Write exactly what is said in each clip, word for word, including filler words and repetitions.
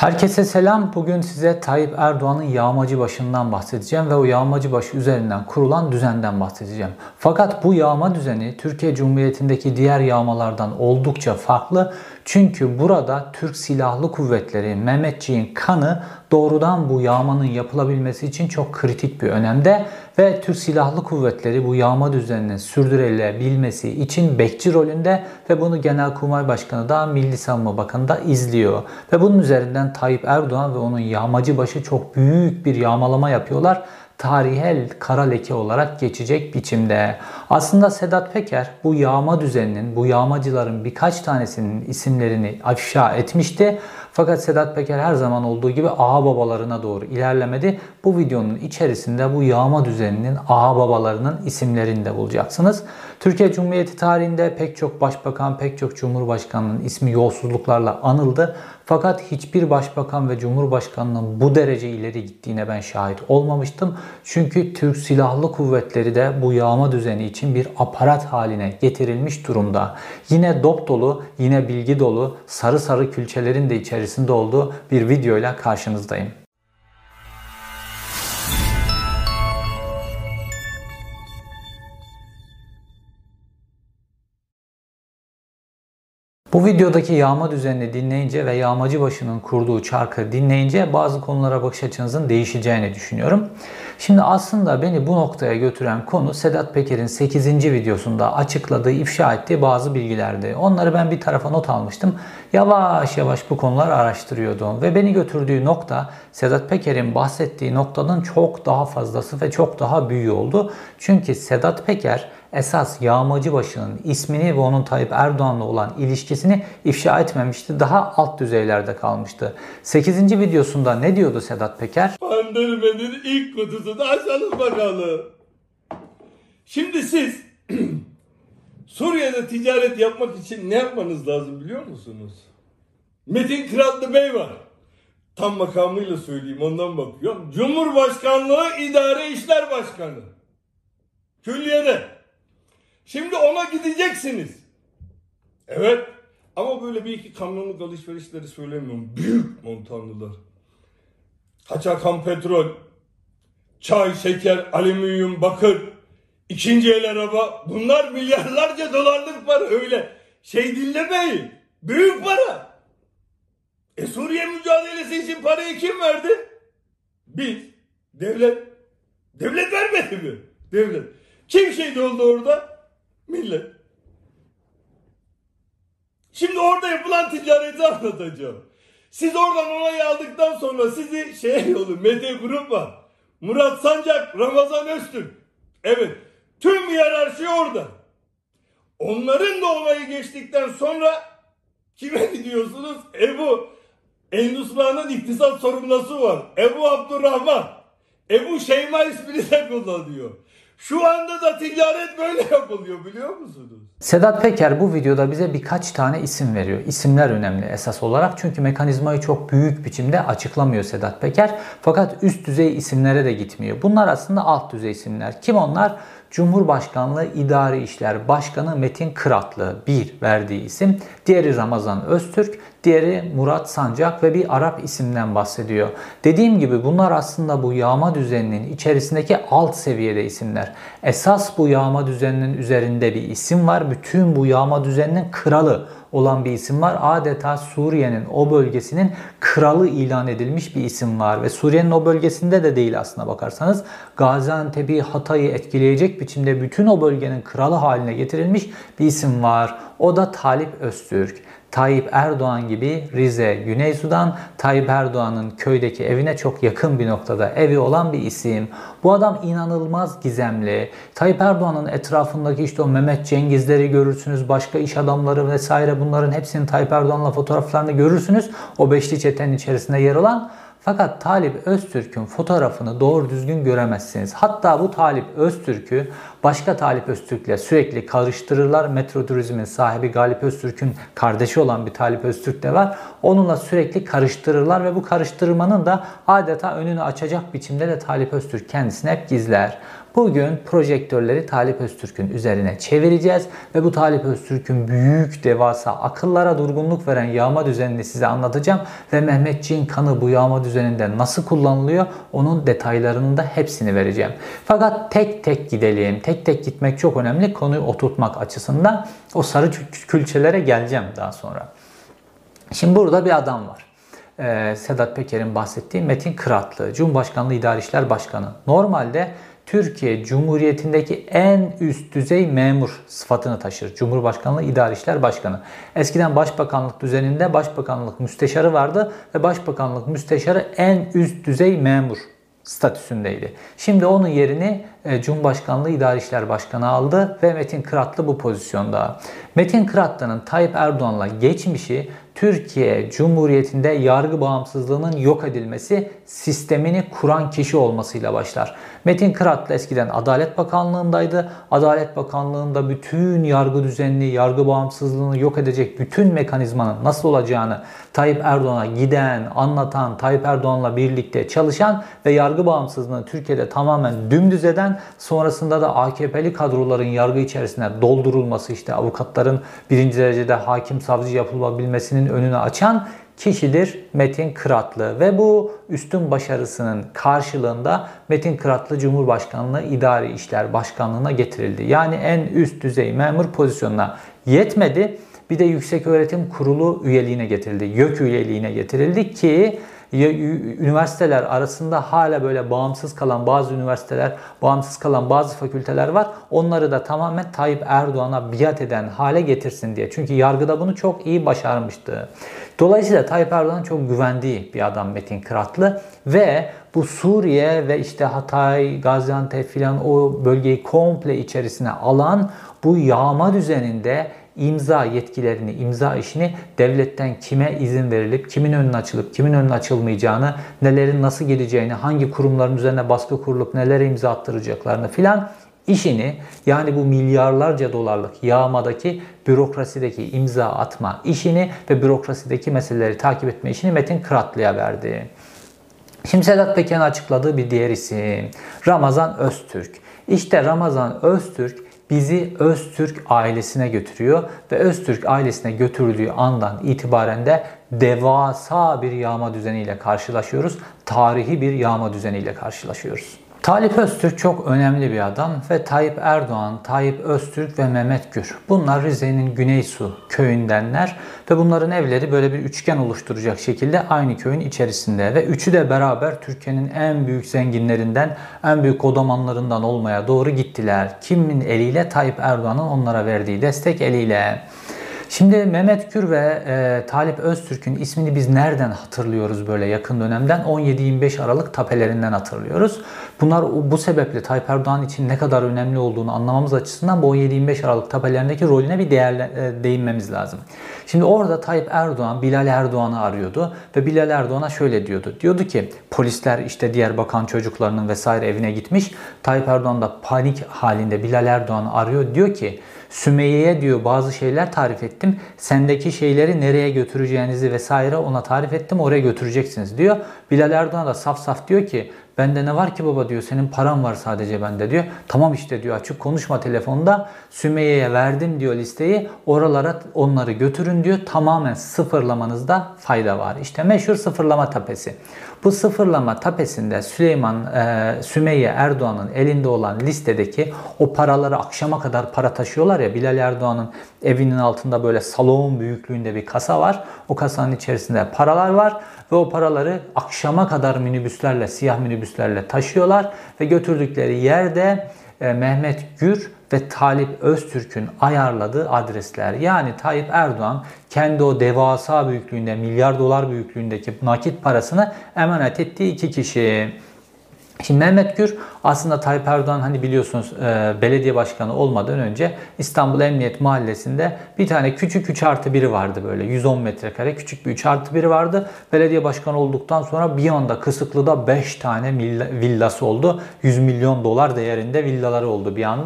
Herkese selam. Bugün size Tayyip Erdoğan'ın yağmacıbaşı'ndan bahsedeceğim ve o yağmacıbaşı üzerinden kurulan düzenden bahsedeceğim. Fakat bu yağma düzeni Türkiye Cumhuriyeti'ndeki diğer yağmalardan oldukça farklı. Çünkü burada Türk Silahlı Kuvvetleri, Mehmetçiğin kanı doğrudan bu yağmanın yapılabilmesi için çok kritik bir önemde ve Türk Silahlı Kuvvetleri bu yağma düzeninin sürdürülebilmesi için bekçi rolünde ve bunu Genelkurmay Başkanı da Milli Savunma Bakanı da izliyor. Ve bunun üzerinden Tayyip Erdoğan ve onun yağmacıbaşı çok büyük bir yağmalama yapıyorlar. Tarihel kara leke olarak geçecek biçimde. Aslında Sedat Peker bu yağma düzeninin, bu yağmacıların birkaç tanesinin isimlerini ifşa etmişti. Fakat Sedat Peker her zaman olduğu gibi ağa babalarına doğru ilerlemedi. Bu videonun içerisinde bu yağma düzeninin ağa babalarının isimlerini de bulacaksınız. Türkiye Cumhuriyeti tarihinde pek çok başbakan, pek çok cumhurbaşkanının ismi yolsuzluklarla anıldı. Fakat hiçbir başbakan ve cumhurbaşkanının bu derece ileri gittiğine ben şahit olmamıştım. Çünkü Türk Silahlı Kuvvetleri de bu yağma düzeni için bir aparat haline getirilmiş durumda. Yine dop dolu, yine bilgi dolu, sarı sarı külçelerin de içerisinde olduğu bir videoyla karşınızdayım. Bu videodaki yağma düzenini dinleyince ve yağmacıbaşının kurduğu çarkı dinleyince bazı konulara bakış açınızın değişeceğini düşünüyorum. Şimdi aslında beni bu noktaya götüren konu Sedat Peker'in sekizinci videosunda açıkladığı, ifşa ettiği bazı bilgilerdi. Onları ben bir tarafa not almıştım. Yavaş yavaş bu konuları araştırıyordum ve beni götürdüğü nokta Sedat Peker'in bahsettiği noktadan çok daha fazlası ve çok daha büyüğü oldu. Çünkü Sedat Peker esas yağmacıbaşının ismini ve onun Tayyip Erdoğan'la olan ilişkisini ifşa etmemişti. Daha alt düzeylerde kalmıştı. sekizinci videosunda ne diyordu Sedat Peker? Pandırmenin ilk kutusunu açalım bakalım. Şimdi siz Suriye'de ticaret yapmak için ne yapmanız lazım biliyor musunuz? Metin Kıratlı Bey var. Tam makamıyla söyleyeyim, ondan bakıyorum. Cumhurbaşkanlığı İdare İşler Başkanı. Külliyede. Şimdi ona gideceksiniz. Evet. Ama böyle bir iki kamyonluk alışverişleri söylemiyorum. Büyük montanlılar. Kaçakan petrol, çay, şeker, alüminyum, bakır, ikinci el araba. Bunlar milyarlarca dolarlık para. Öyle şey dinlemeyin. Büyük para. E Suriye mücadelesi için parayı kim verdi? Biz. Devlet. Devlet vermedi mi? Devlet. Kim şehit oldu orada? Millet. Şimdi orada yapılan ticareti anlatacağım. Siz oradan onayı aldıktan sonra sizi şeye yolu, Mete Grup var. Murat Sancak, Ramazan Öztürk. Evet. Tüm hiyerarşi orada. Onların da onayı geçtikten sonra kime gidiyorsunuz? Ebu Endüstra'nın iktisat sorumlusu var. Ebu Abdurrahman. Ebu Şeyma ismini de kullanıyor. Şu anda da ticaret böyle yapılıyor, biliyor musunuz? Sedat Peker bu videoda bize birkaç tane isim veriyor. İsimler önemli esas olarak çünkü mekanizmayı çok büyük biçimde açıklamıyor Sedat Peker. Fakat üst düzey isimlere de gitmiyor. Bunlar aslında alt düzey isimler. Kim onlar? Cumhurbaşkanlığı İdari İşler Başkanı Metin Kıratlı bir verdiği isim. Diğeri Ramazan Öztürk, diğeri Murat Sancak ve bir Arap isimden bahsediyor. Dediğim gibi bunlar aslında bu yağma düzeninin içerisindeki alt seviyede isimler. Esas bu yağma düzeninin üzerinde bir isim var. Bütün bu yağma düzeninin kralı olan bir isim var. Adeta Suriye'nin o bölgesinin kralı ilan edilmiş bir isim var. Ve Suriye'nin o bölgesinde de değil aslına bakarsanız. Gaziantep'i, Hatay'ı etkileyecek biçimde bütün o bölgenin kralı haline getirilmiş bir isim var. O da Talip Öztürk. Tayyip Erdoğan gibi Rize, Güney Sudan, Tayyip Erdoğan'ın köydeki evine çok yakın bir noktada evi olan bir isim. Bu adam inanılmaz gizemli. Tayyip Erdoğan'ın etrafındaki işte o Mehmet Cengizleri görürsünüz, başka iş adamları vesaire, bunların hepsinin Tayyip Erdoğan'la fotoğraflarını görürsünüz. O beşli çetenin içerisinde yer alan. Fakat Talip Öztürk'ün fotoğrafını doğru düzgün göremezsiniz. Hatta bu Talip Öztürk'ü başka Talip Öztürk'le sürekli karıştırırlar. Metro Turizm'in sahibi Galip Öztürk'ün kardeşi olan bir Talip Öztürk de var. Onunla sürekli karıştırırlar ve bu karıştırmanın da adeta önünü açacak biçimde de Talip Öztürk kendisini hep gizler. Bugün projektörleri Talip Öztürk'ün üzerine çevireceğiz ve bu Talip Öztürk'ün büyük devasa akıllara durgunluk veren yağma düzenini size anlatacağım ve Mehmetçiğin kanı bu yağma düzeninde nasıl kullanılıyor onun detaylarının da hepsini vereceğim. Fakat tek tek gidelim. Tek tek gitmek çok önemli konuyu oturtmak açısından. O sarı külçelere geleceğim daha sonra. Şimdi burada bir adam var. Ee, Sedat Peker'in bahsettiği Metin Kıratlı, Cumhurbaşkanlığı İdari İşler Başkanı. Normalde Türkiye Cumhuriyeti'ndeki en üst düzey memur sıfatını taşır. Cumhurbaşkanlığı İdari İşler Başkanı. Eskiden Başbakanlık düzeninde Başbakanlık Müsteşarı vardı ve Başbakanlık Müsteşarı en üst düzey memur statüsündeydi. Şimdi onun yerini e, Cumhurbaşkanlığı İdari İşler Başkanı aldı ve Metin Kıratlı bu pozisyonda. Metin Kıratlı'nın Tayyip Erdoğan'la geçmişi Türkiye Cumhuriyeti'nde yargı bağımsızlığının yok edilmesi, sistemini kuran kişi olmasıyla başlar. Metin Kıratlı eskiden Adalet Bakanlığı'ndaydı. Adalet Bakanlığı'nda bütün yargı düzenini, yargı bağımsızlığını yok edecek bütün mekanizmanın nasıl olacağını Tayyip Erdoğan'a giden, anlatan, Tayyip Erdoğan'la birlikte çalışan ve yargı bağımsızlığını Türkiye'de tamamen dümdüz eden, sonrasında da A K P'li kadroların yargı içerisine doldurulması, işte avukatların birinci derecede hakim savcı yapılabilmesinin önünü açan kişidir Metin Kıratlı ve bu üstün başarısının karşılığında Metin Kıratlı Cumhurbaşkanlığı İdari İşler Başkanlığı'na getirildi. Yani en üst düzey memur pozisyonuna yetmedi. Bir de Yükseköğretim Kurulu üyeliğine getirildi. YÖK üyeliğine getirildi ki üniversiteler arasında hala böyle bağımsız kalan bazı üniversiteler, bağımsız kalan bazı fakülteler var. Onları da tamamen Tayyip Erdoğan'a biat eden hale getirsin diye. Çünkü yargıda bunu çok iyi başarmıştı. Dolayısıyla Tayyip Erdoğan'ın çok güvendiği bir adam Metin Kıratlı ve bu Suriye ve işte Hatay, Gaziantep filan o bölgeyi komple içerisine alan bu yağma düzeninde imza yetkilerini, imza işini devletten kime izin verilip, kimin önüne açılıp, kimin önüne açılmayacağını, nelerin nasıl gideceğini, hangi kurumların üzerine baskı kurulup nelere imza attıracaklarını filan işini, yani bu milyarlarca dolarlık yağmadaki bürokrasideki imza atma işini ve bürokrasideki meseleleri takip etme işini Metin Kıratlı'ya verdi. Şimdi Sedat Peker'in açıkladığı bir diğer isim Ramazan Öztürk. İşte Ramazan Öztürk bizi Öztürk ailesine götürüyor ve Öztürk ailesine götürüldüğü andan itibaren de devasa bir yağma düzeniyle karşılaşıyoruz. Tarihi bir yağma düzeniyle karşılaşıyoruz. Talip Öztürk çok önemli bir adam ve Tayyip Erdoğan, Tayyip Öztürk ve Mehmet Gür. Bunlar Rize'nin Güneysu köyündenler ve bunların evleri böyle bir üçgen oluşturacak şekilde aynı köyün içerisinde ve üçü de beraber Türkiye'nin en büyük zenginlerinden, en büyük odamanlarından olmaya doğru gittiler. Kimin eliyle? Tayyip Erdoğan'ın onlara verdiği destek eliyle. Şimdi Mehmet Gür ve e, Talip Öztürk'ün ismini biz nereden hatırlıyoruz böyle yakın dönemden? on yedi yirmi beş Aralık tapelerinden hatırlıyoruz. Bunlar bu sebeple Tayyip Erdoğan için ne kadar önemli olduğunu anlamamız açısından bu on yedi yirmi beş Aralık tapelerindeki rolüne bir değerle, e, değinmemiz lazım. Şimdi orada Tayyip Erdoğan Bilal Erdoğan'ı arıyordu ve Bilal Erdoğan'a şöyle diyordu. Diyordu ki polisler işte diğer bakan çocuklarının vesaire evine gitmiş. Tayyip Erdoğan da panik halinde Bilal Erdoğan'ı arıyor. Diyor ki Sümeyye'ye diyor bazı şeyler tarif ettim. Sendeki şeyleri nereye götüreceğinizi vesaire ona tarif ettim. Oraya götüreceksiniz diyor. Bilal Erdoğan da saf saf diyor ki bende ne var ki baba diyor. Senin paran var sadece bende diyor. Tamam işte diyor açık konuşma telefonda. Sümeyye'ye verdim diyor listeyi. Oralara onları götürün diyor. Tamamen sıfırlamanızda fayda var. İşte meşhur sıfırlama tapesi. Bu sıfırlama tapesinde Süleyman e, Sümeyye Erdoğan'ın elinde olan listedeki o paraları akşama kadar para taşıyorlar ya. Bilal Erdoğan'ın evinin altında böyle salon büyüklüğünde bir kasa var. O kasanın içerisinde paralar var ve o paraları akşama kadar minibüslerle, siyah minibüslerle taşıyorlar ve götürdükleri yerde e, Mehmet Gür ve Talip Öztürk'ün ayarladığı adresler. Yani Tayyip Erdoğan kendi o devasa büyüklüğünde, milyar dolar büyüklüğündeki nakit parasını emanet ettiği iki kişi. Şimdi Mehmet Gür aslında Tayyip Erdoğan hani biliyorsunuz e, belediye başkanı olmadan önce İstanbul Emniyet Mahallesi'nde bir tane küçük üç artı biri vardı böyle yüz on metrekare küçük bir üç artı biri vardı. Belediye başkanı olduktan sonra bir anda Kısıklı'da beş tane villası oldu. yüz milyon dolar değerinde villaları oldu bir anda.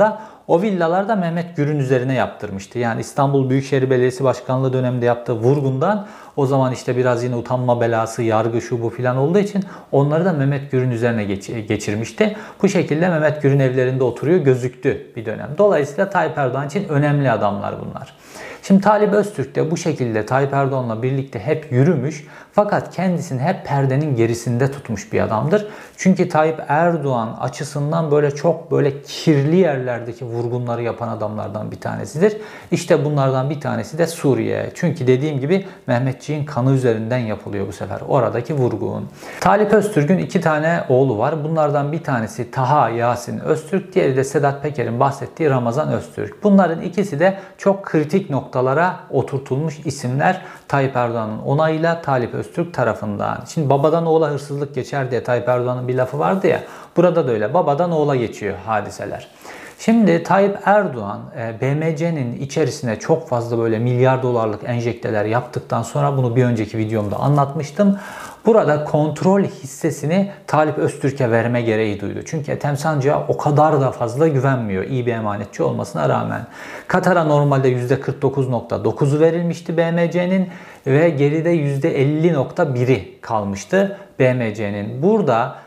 O villalar da Mehmet Gür'ün üzerine yaptırmıştı. Yani İstanbul Büyükşehir Belediyesi Başkanlığı döneminde yaptığı vurgundan o zaman işte biraz yine utanma belası, yargı şu bu filan olduğu için onları da Mehmet Gür'ün üzerine geç, geçirmişti. Bu şekilde Mehmet Gür'ün evlerinde oturuyor gözüktü bir dönem. Dolayısıyla Tayyip Erdoğan için önemli adamlar bunlar. Şimdi Talip Öztürk de bu şekilde Tayyip Erdoğan'la birlikte hep yürümüş fakat kendisini hep perdenin gerisinde tutmuş bir adamdır. Çünkü Tayyip Erdoğan açısından böyle çok böyle kirli yerlerdeki vurgunları yapan adamlardan bir tanesidir. İşte bunlardan bir tanesi de Suriye. Çünkü dediğim gibi Mehmetçiğin kanı üzerinden yapılıyor bu sefer oradaki vurgun. Talip Öztürk'ün iki tane oğlu var. Bunlardan bir tanesi Taha Yasin Öztürk, diğeri de Sedat Peker'in bahsettiği Ramazan Öztürk. Bunların ikisi de çok kritik noktalara oturtulmuş isimler Tayyip Erdoğan'ın onayıyla Talip Öztürk tarafından. Şimdi babadan oğula hırsızlık geçer diye Tayyip Erdoğan'ın bir lafı vardı ya. Burada da öyle. Babadan oğula geçiyor hadiseler. Şimdi Tayyip Erdoğan B M C'nin içerisine çok fazla böyle milyar dolarlık enjekteler yaptıktan sonra bunu bir önceki videomda anlatmıştım. Burada kontrol hissesini Talip Öztürk'e verme gereği duydu. Çünkü Ethem Sancak'a o kadar da fazla güvenmiyor iyi bir emanetçi olmasına rağmen. Katar'a normalde yüzde kırk dokuz nokta dokuzu verilmişti B M C'nin ve geride yüzde elli nokta biri kalmıştı B M C'nin. Burada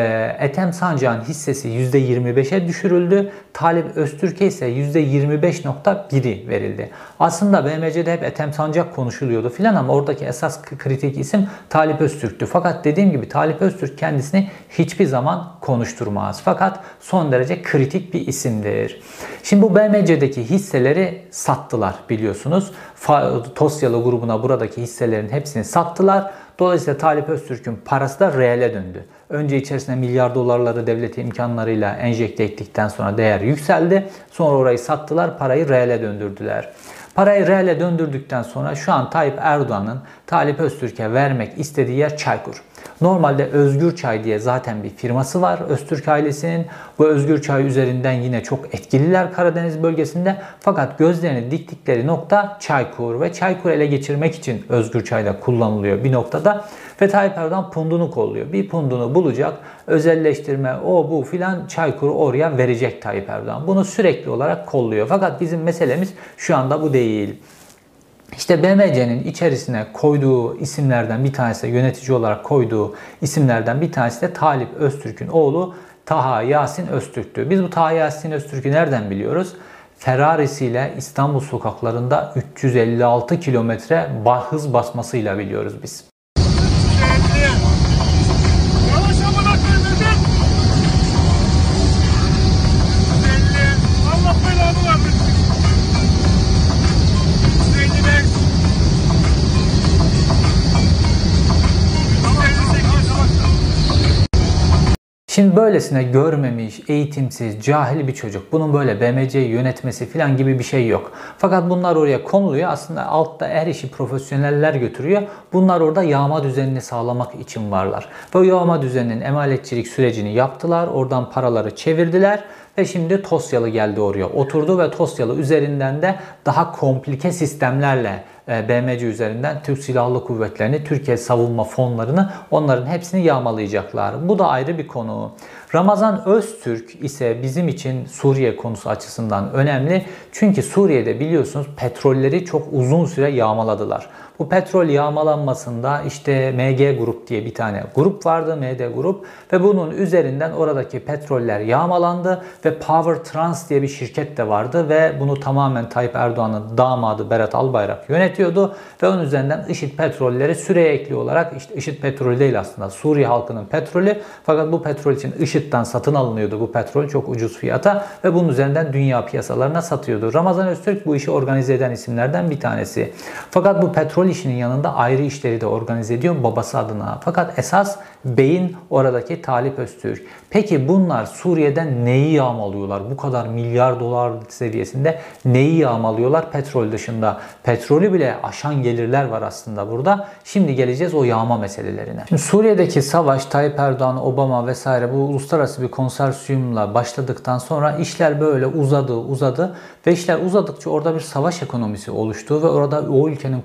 Ethem Sancak'ın hissesi yüzde yirmi beşe düşürüldü. Talip Öztürk'e ise yüzde yirmi beş nokta biri verildi. Aslında B M C'de hep Ethem Sancak konuşuluyordu filan ama oradaki esas kritik isim Talip Öztürk'tü. Fakat dediğim gibi Talip Öztürk kendisini hiçbir zaman konuşturmaz. Fakat son derece kritik bir isimdir. Şimdi bu B M C'deki hisseleri sattılar biliyorsunuz. Tosyalı grubuna buradaki hisselerin hepsini sattılar. Dolayısıyla Talip Öztürk'ün parası da reale döndü. Önce içerisine milyar dolarları devlet imkanlarıyla enjekte ettikten sonra değer yükseldi. Sonra orayı sattılar, parayı reale döndürdüler. Parayı reale döndürdükten sonra şu an Tayyip Erdoğan'ın Talip Öztürk'e vermek istediği yer Çaykur. Normalde Özgür Çay diye zaten bir firması var Öztürk ailesinin. Bu Özgür Çay üzerinden yine çok etkililer Karadeniz bölgesinde. Fakat gözlerini diktikleri nokta Çaykur ve Çaykur ele geçirmek için Özgür Çay'da kullanılıyor bir noktada. Ve Tayyip Erdoğan pundunu kolluyor. Bir pundunu bulacak, özelleştirme o bu filan Çaykur'u oraya verecek Tayyip Erdoğan. Bunu sürekli olarak kolluyor. Fakat bizim meselemiz şu anda bu değil. İşte B M C'nin içerisine koyduğu isimlerden bir tanesi, yönetici olarak koyduğu isimlerden bir tanesi de Talip Öztürk'ün oğlu Taha Yasin Öztürk'tü. Biz bu Taha Yasin Öztürk'ü nereden biliyoruz? Ferrari'siyle İstanbul sokaklarında üç yüz elli altı kilometre hız basmasıyla biliyoruz biz. Şimdi böylesine görmemiş, eğitimsiz, cahil bir çocuk. Bunun böyle B M C'yi yönetmesi falan gibi bir şey yok. Fakat bunlar oraya konuluyor. Aslında altta her işi profesyoneller götürüyor. Bunlar orada yağma düzenini sağlamak için varlar. Ve o yağma düzeninin emaletçilik sürecini yaptılar. Oradan paraları çevirdiler. Ve şimdi Tosyalı geldi oraya oturdu ve Tosyalı üzerinden de daha komplike sistemlerle B M C üzerinden Türk Silahlı Kuvvetleri'ni, Türkiye Savunma Fonlarını onların hepsini yağmalayacaklar. Bu da ayrı bir konu. Ramazan Öztürk ise bizim için Suriye konusu açısından önemli. Çünkü Suriye'de biliyorsunuz petrolleri çok uzun süre yağmaladılar. Bu petrol yağmalanmasında işte M G Grup diye bir tane grup vardı, M D Grup ve bunun üzerinden oradaki petroller yağmalandı ve Power Trans diye bir şirket de vardı ve bunu tamamen Tayyip Erdoğan'ın damadı Berat Albayrak yönetiyordu ve onun üzerinden IŞİD petrolleri sürekli olarak işte IŞİD petrolü değil aslında Suriye halkının petrolü fakat bu petrol için IŞİD'den satın alınıyordu bu petrol çok ucuz fiyata ve bunun üzerinden dünya piyasalarına satıyordu. Ramazan Öztürk bu işi organize eden isimlerden bir tanesi. Fakat bu petrol işinin yanında ayrı işleri de organize ediyor babası adına. Fakat esas beyin oradaki Talip Öztürk. Peki bunlar Suriye'den neyi yağmalıyorlar? Bu kadar milyar dolar seviyesinde neyi yağmalıyorlar petrol dışında? Petrolü bile aşan gelirler var aslında burada. Şimdi geleceğiz o yağma meselelerine. Şimdi Suriye'deki savaş Tayyip Erdoğan, Obama vesaire bu uluslararası bir konsorsiyumla başladıktan sonra işler böyle uzadı uzadı ve işler uzadıkça orada bir savaş ekonomisi oluştu ve orada o ülkenin komple bütün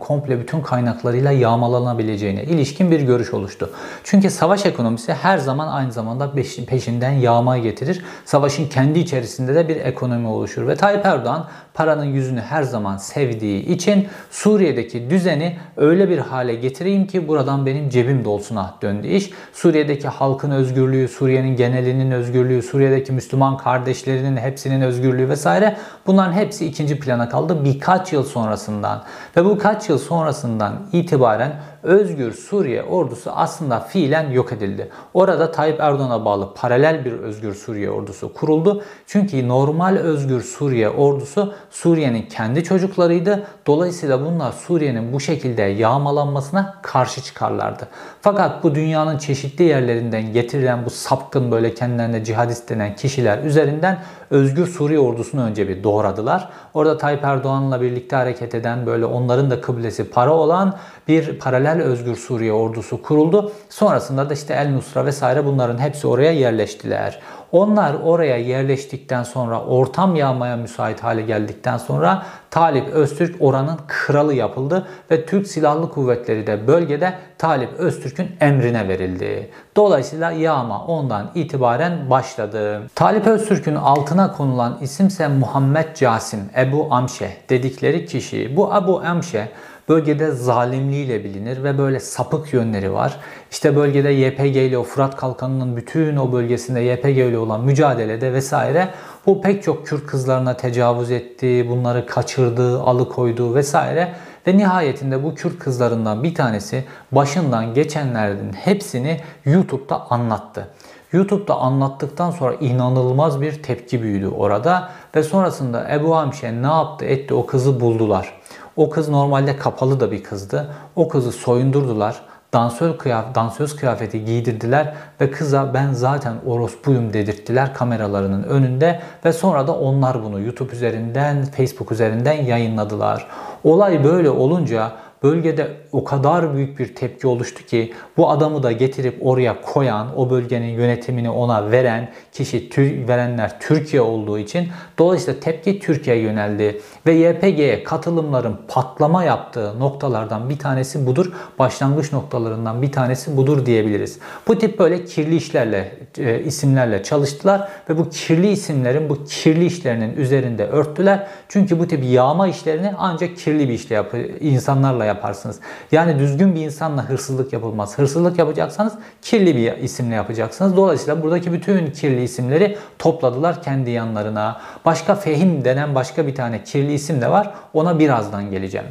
bütün kaynaklarıyla yağmalanabileceğine ilişkin bir görüş oluştu. Çünkü savaş ekonomisi her zaman aynı zamanda peşinden yağma getirir. Savaşın kendi içerisinde de bir ekonomi oluşur ve Tayyip Erdoğan paranın yüzünü her zaman sevdiği için Suriye'deki düzeni öyle bir hale getireyim ki buradan benim cebim dolsuna döndü iş. Suriye'deki halkın özgürlüğü, Suriye'nin genelinin özgürlüğü, Suriye'deki Müslüman kardeşlerinin hepsinin özgürlüğü vesaire, bunların hepsi ikinci plana kaldı birkaç yıl sonrasından. Ve bu kaç yıl sonrasından itibaren Özgür Suriye ordusu aslında fiilen yok edildi. Orada Tayyip Erdoğan'a bağlı paralel bir Özgür Suriye ordusu kuruldu. Çünkü normal Özgür Suriye ordusu Suriye'nin kendi çocuklarıydı. Dolayısıyla bunlar Suriye'nin bu şekilde yağmalanmasına karşı çıkarlardı. Fakat bu dünyanın çeşitli yerlerinden getirilen bu sapkın, böyle kendilerine cihadist denen kişiler üzerinden Özgür Suriye ordusunu önce bir doğradılar. Orada Tayyip Erdoğan'la birlikte hareket eden, böyle onların da kıblesi para olan bir paralel Özgür Suriye ordusu kuruldu. Sonrasında da işte El Nusra vesaire, bunların hepsi oraya yerleştiler. Onlar oraya yerleştikten sonra, ortam yağmaya müsait hale geldikten sonra Talip Öztürk oranın kralı yapıldı ve Türk Silahlı Kuvvetleri de bölgede Talip Öztürk'ün emrine verildi. Dolayısıyla yağma ondan itibaren başladı. Talip Öztürk'ün altına konulan isimse Muhammed Casim, Ebu Amşeh dedikleri kişi. Bu Ebu Amşeh bölgede zalimliğiyle bilinir ve böyle sapık yönleri var. İşte bölgede Y P G ile, o Fırat Kalkanı'nın bütün o bölgesinde Y P G ile olan mücadelede vesaire bu pek çok Kürt kızlarına tecavüz etti, bunları kaçırdı, alıkoydu vesaire. Ve nihayetinde bu Kürt kızlarından bir tanesi başından geçenlerin hepsini YouTube'da anlattı. YouTube'da anlattıktan sonra inanılmaz bir tepki büyüdü orada ve sonrasında Ebu Amşeh ne yaptı etti, o kızı buldular. O kız normalde kapalı da bir kızdı. O kızı soyundurdular. Dansöz, kıyaf dansöz kıyafeti giydirdiler ve kıza ben zaten orospuyum dedirttiler kameralarının önünde ve sonra da onlar bunu YouTube üzerinden, Facebook üzerinden yayınladılar. Olay böyle olunca bölgede o kadar büyük bir tepki oluştu ki bu adamı da getirip oraya koyan, o bölgenin yönetimini ona veren kişi, verenler Türkiye olduğu için dolayısıyla tepki Türkiye'ye yöneldi ve Y P G'ye katılımların patlama yaptığı noktalardan bir tanesi budur. Başlangıç noktalarından bir tanesi budur diyebiliriz. Bu tip böyle kirli işlerle, e, isimlerle çalıştılar ve bu kirli isimlerin bu kirli işlerinin üzerinde örttüler. Çünkü bu tip yağma işlerini ancak kirli bir işle yap insanlarla yaparsınız. Yani düzgün bir insanla hırsızlık yapılmaz. Hırsızlık yapacaksanız kirli bir isimle yapacaksınız. Dolayısıyla buradaki bütün kirli isimleri topladılar kendi yanlarına. Başka Fehim denen başka bir tane kirli isim de var. Ona birazdan geleceğim.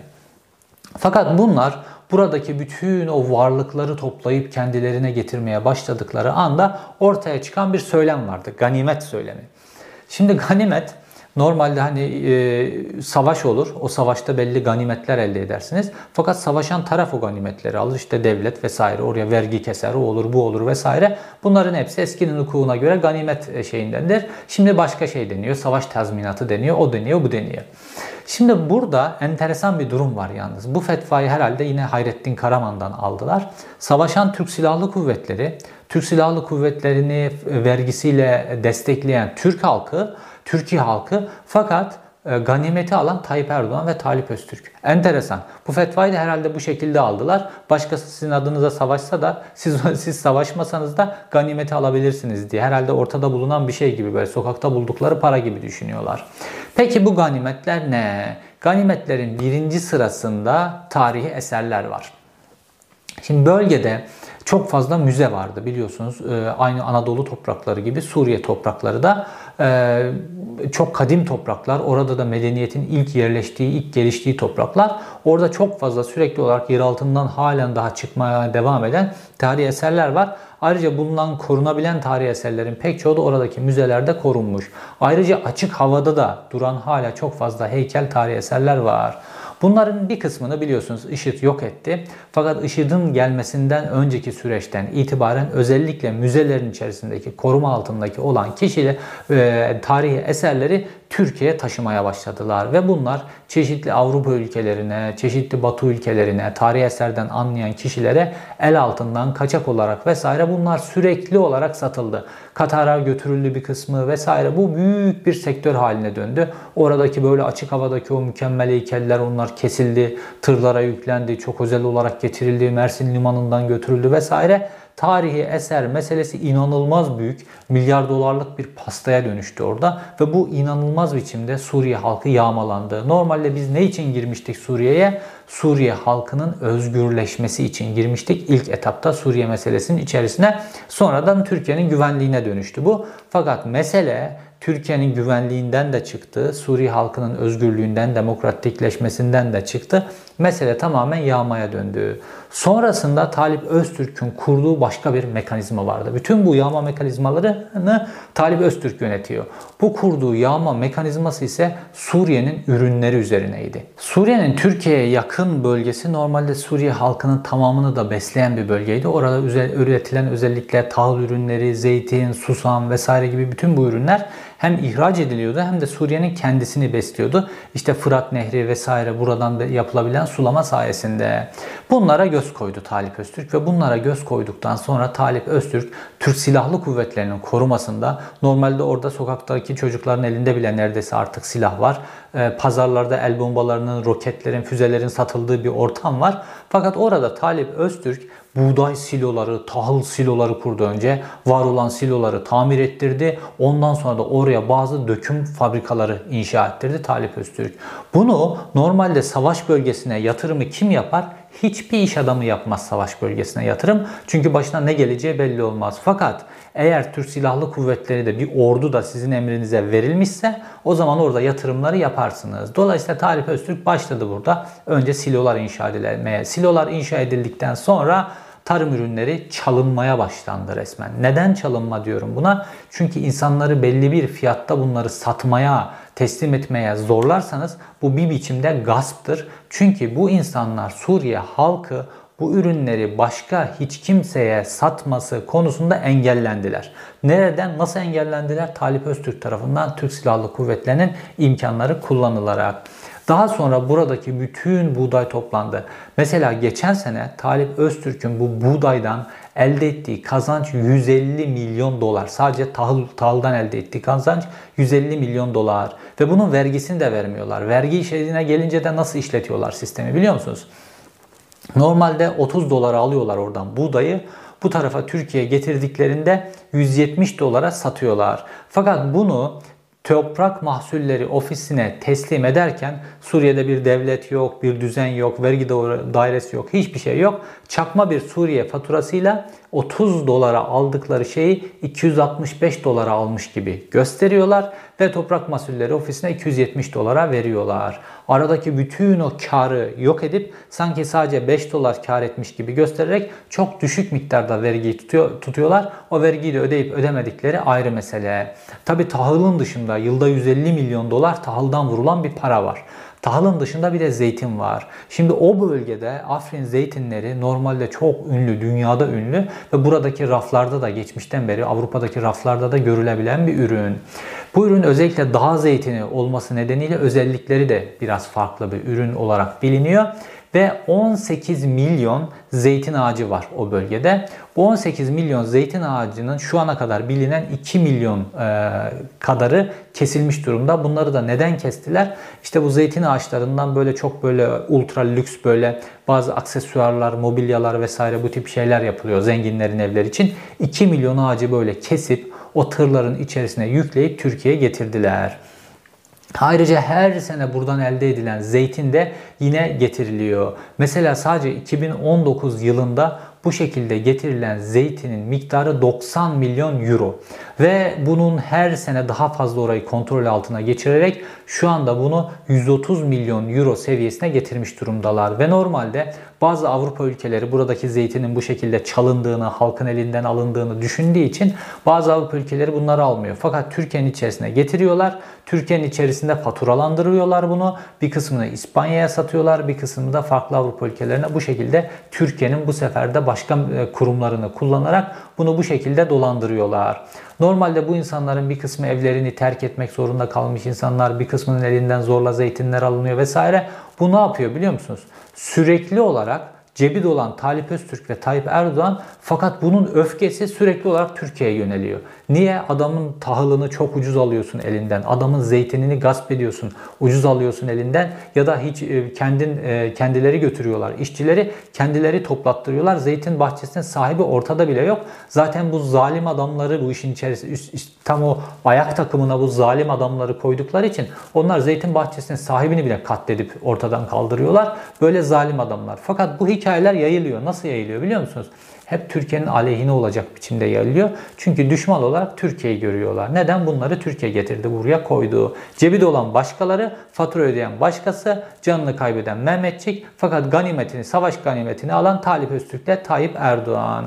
Fakat bunlar buradaki bütün o varlıkları toplayıp kendilerine getirmeye başladıkları anda ortaya çıkan bir söylem vardı. Ganimet söylemi. Şimdi ganimet normalde hani e, savaş olur. O savaşta belli ganimetler elde edersiniz. Fakat savaşan taraf o ganimetleri alır. İşte devlet vesaire oraya vergi keser, o olur, bu olur vesaire. Bunların hepsi eskinin hukukuna göre ganimet şeyindendir. Şimdi başka şey deniyor. Savaş tazminatı deniyor. O deniyor, bu deniyor. Şimdi burada enteresan bir durum var yalnız. Bu fetvayı herhalde yine Hayrettin Karaman'dan aldılar. Savaşan Türk Silahlı Kuvvetleri, Türk Silahlı Kuvvetleri'ni vergisiyle destekleyen Türk halkı, Türkiye halkı, fakat e, ganimeti alan Tayyip Erdoğan ve Talip Öztürk. Enteresan. Bu fetvayı da herhalde bu şekilde aldılar. Başkası sizin adınıza savaşsa da siz siz savaşmasanız da ganimeti alabilirsiniz diye. Herhalde ortada bulunan bir şey gibi, böyle sokakta buldukları para gibi düşünüyorlar. Peki bu ganimetler ne? Ganimetlerin birinci sırasında tarihi eserler var. Şimdi bölgede çok fazla müze vardı biliyorsunuz. Aynı Anadolu toprakları gibi Suriye toprakları da çok kadim topraklar. Orada da medeniyetin ilk yerleştiği, ilk geliştiği topraklar. Orada çok fazla sürekli olarak yer altından halen daha çıkmaya devam eden tarihi eserler var. Ayrıca bulunan, korunabilen tarihi eserlerin pek çoğu da oradaki müzelerde korunmuş. Ayrıca açık havada da duran hala çok fazla heykel, tarihi eserler var. Bunların bir kısmını biliyorsunuz IŞİD yok etti. Fakat IŞİD'in gelmesinden önceki süreçten itibaren özellikle müzelerin içerisindeki koruma altındaki olan kişiler e, tarihi eserleri Türkiye'ye taşımaya başladılar. Ve bunlar çeşitli Avrupa ülkelerine, çeşitli Batı ülkelerine, tarih eserden anlayan kişilere el altından kaçak olarak vesaire bunlar sürekli olarak satıldı. Katar'a götürüldü bir kısmı vesaire. Bu büyük bir sektör haline döndü. Oradaki böyle açık havadaki o mükemmel heykeller onlar kesildi, tırlara yüklendi, çok özel olarak getirildi, Mersin limanından götürüldü vesaire. Tarihi eser meselesi inanılmaz büyük, milyar dolarlık bir pastaya dönüştü orada ve bu inanılmaz biçimde Suriye halkı yağmalandı. Normalde biz ne için girmiştik Suriye'ye? Suriye halkının özgürleşmesi için girmiştik. İlk etapta Suriye meselesinin içerisine, sonradan Türkiye'nin güvenliğine dönüştü bu. Fakat mesele Türkiye'nin güvenliğinden de çıktı, Suriye halkının özgürlüğünden, demokratikleşmesinden de çıktı. Mesele tamamen yağmaya döndü. Sonrasında Talip Öztürk'ün kurduğu başka bir mekanizma vardı. Bütün bu yağma mekanizmalarını Talip Öztürk yönetiyor. Bu kurduğu yağma mekanizması ise Suriye'nin ürünleri üzerineydi. Suriye'nin Türkiye'ye yakın bölgesi normalde Suriye halkının tamamını da besleyen bir bölgeydi. Orada üretilen özellikle tahıl ürünleri, zeytin, susam vesaire gibi bütün bu ürünler hem ihraç ediliyordu hem de Suriye'nin kendisini besliyordu. İşte Fırat Nehri vesaire buradan da yapılabilen sulama sayesinde. Bunlara göz koydu Talip Öztürk ve bunlara göz koyduktan sonra Talip Öztürk Türk Silahlı Kuvvetleri'nin korumasında, normalde orada sokaktaki çocukların elinde bile neredeyse artık silah var. Pazarlarda el bombalarının, roketlerin, füzelerin satıldığı bir ortam var. Fakat orada Talip Öztürk buğday siloları, tahıl siloları kurdu önce. Var olan siloları tamir ettirdi. Ondan sonra da oraya bazı döküm fabrikaları inşa ettirdi Talip Öztürk. Bunu normalde savaş bölgesine yatırımı kim yapar? Hiçbir iş adamı yapmaz savaş bölgesine yatırım. Çünkü başına ne geleceği belli olmaz. Fakat eğer Türk Silahlı Kuvvetleri de bir ordu da sizin emrinize verilmişse o zaman orada yatırımları yaparsınız. Dolayısıyla Talip Öztürk başladı burada. Önce silolar inşa edilmeye. Silolar inşa edildikten sonra tarım ürünleri çalınmaya başlandı resmen. Neden çalınma diyorum buna? Çünkü insanları belli bir fiyatta bunları satmaya, teslim etmeye zorlarsanız bu bir biçimde gasptır. Çünkü bu insanlar, Suriye halkı bu ürünleri başka hiç kimseye satması konusunda engellendiler. Nereden, nasıl engellendiler? Talip Öztürk tarafından Türk Silahlı Kuvvetleri'nin imkanları kullanılarak. Daha sonra buradaki bütün buğday toplandı. Mesela geçen sene Talip Öztürk'ün bu buğdaydan elde ettiği kazanç yüz elli milyon dolar. Sadece tahıl, tahıldan elde ettiği kazanç yüz elli milyon dolar. Ve bunun vergisini de vermiyorlar. Vergi işine gelince de nasıl işletiyorlar sistemi biliyor musunuz? Normalde otuz dolara alıyorlar oradan buğdayı. Bu tarafa Türkiye'ye getirdiklerinde yüz yetmiş dolara satıyorlar. Fakat bunu Toprak Mahsulleri Ofisi'ne teslim ederken Suriye'de bir devlet yok, bir düzen yok, vergi dairesi yok, hiçbir şey yok. Çakma bir Suriye faturasıyla otuz dolara aldıkları şeyi iki yüz altmış beş dolara almış gibi gösteriyorlar ve Toprak Mahsulleri Ofisi'ne iki yüz yetmiş dolara veriyorlar. Aradaki bütün o karı yok edip sanki sadece beş dolar kar etmiş gibi göstererek çok düşük miktarda vergiyi tutuyor, tutuyorlar. O vergiyi de ödeyip ödemedikleri ayrı mesele. Tabi tahılın dışında yılda yüz elli milyon dolar tahıldan vurulan bir para var. Tahılın dışında bir de zeytin var. Şimdi o bölgede Afrin zeytinleri normalde çok ünlü, dünyada ünlü ve buradaki raflarda da geçmişten beri Avrupa'daki raflarda da görülebilen bir ürün. Bu ürün özellikle dağ zeytini olması nedeniyle özellikleri de biraz farklı bir ürün olarak biliniyor. Ve on sekiz milyon zeytin ağacı var o bölgede. Bu on sekiz milyon zeytin ağacının şu ana kadar bilinen iki milyon e, kadarı kesilmiş durumda. Bunları da neden kestiler? İşte bu zeytin ağaçlarından böyle çok böyle ultra lüks böyle bazı aksesuarlar, mobilyalar vesaire bu tip şeyler yapılıyor zenginlerin evleri için. iki milyon ağacı böyle kesip o tırların içerisine yükleyip Türkiye'ye getirdiler. Ayrıca her sene buradan elde edilen zeytin de yine getiriliyor. Mesela sadece iki bin on dokuz yılında bu şekilde getirilen zeytinin miktarı doksan milyon euro. Ve bunun her sene daha fazla orayı kontrol altına geçirerek şu anda bunu yüz otuz milyon euro seviyesine getirmiş durumdalar. Ve normalde bazı Avrupa ülkeleri buradaki zeytinin bu şekilde çalındığını, halkın elinden alındığını düşündüğü için bazı Avrupa ülkeleri bunları almıyor. Fakat Türkiye'nin içerisine getiriyorlar. Türkiye'nin içerisinde faturalandırıyorlar bunu. Bir kısmını İspanya'ya satıyorlar, bir kısmını da farklı Avrupa ülkelerine. Bu şekilde Türkiye'nin bu sefer de başka kurumlarını kullanarak bunu bu şekilde dolandırıyorlar. Normalde bu insanların bir kısmı evlerini terk etmek zorunda kalmış insanlar, bir kısmının elinden zorla zeytinler alınıyor vesaire. Bu ne yapıyor biliyor musunuz? Sürekli olarak cebi dolan Talip Öztürk ve Tayyip Erdoğan, fakat bunun öfkesi sürekli olarak Türkiye'ye yöneliyor. Niye? Adamın tahılını çok ucuz alıyorsun elinden. Adamın zeytinini gasp ediyorsun. Ucuz alıyorsun elinden. Ya da hiç kendin kendileri götürüyorlar. İşçileri kendileri toplattırıyorlar. Zeytin bahçesinin sahibi ortada bile yok. Zaten bu zalim adamları bu işin içerisinde tam o ayak takımına bu zalim adamları koydukları için onlar zeytin bahçesinin sahibini bile katledip ortadan kaldırıyorlar. Böyle zalim adamlar. Fakat bu hikayeler yayılıyor. Nasıl yayılıyor biliyor musunuz? Hep Türkiye'nin aleyhine olacak biçimde yayılıyor. Çünkü düşman olarak Türkiye'yi görüyorlar. Neden? Bunları Türkiye getirdi, buraya koydu. Cebi dolan başkaları, fatura ödeyen başkası, canını kaybeden Mehmetçik, fakat ganimetini, savaş ganimetini alan Talip Öztürk'le Tayyip Erdoğan.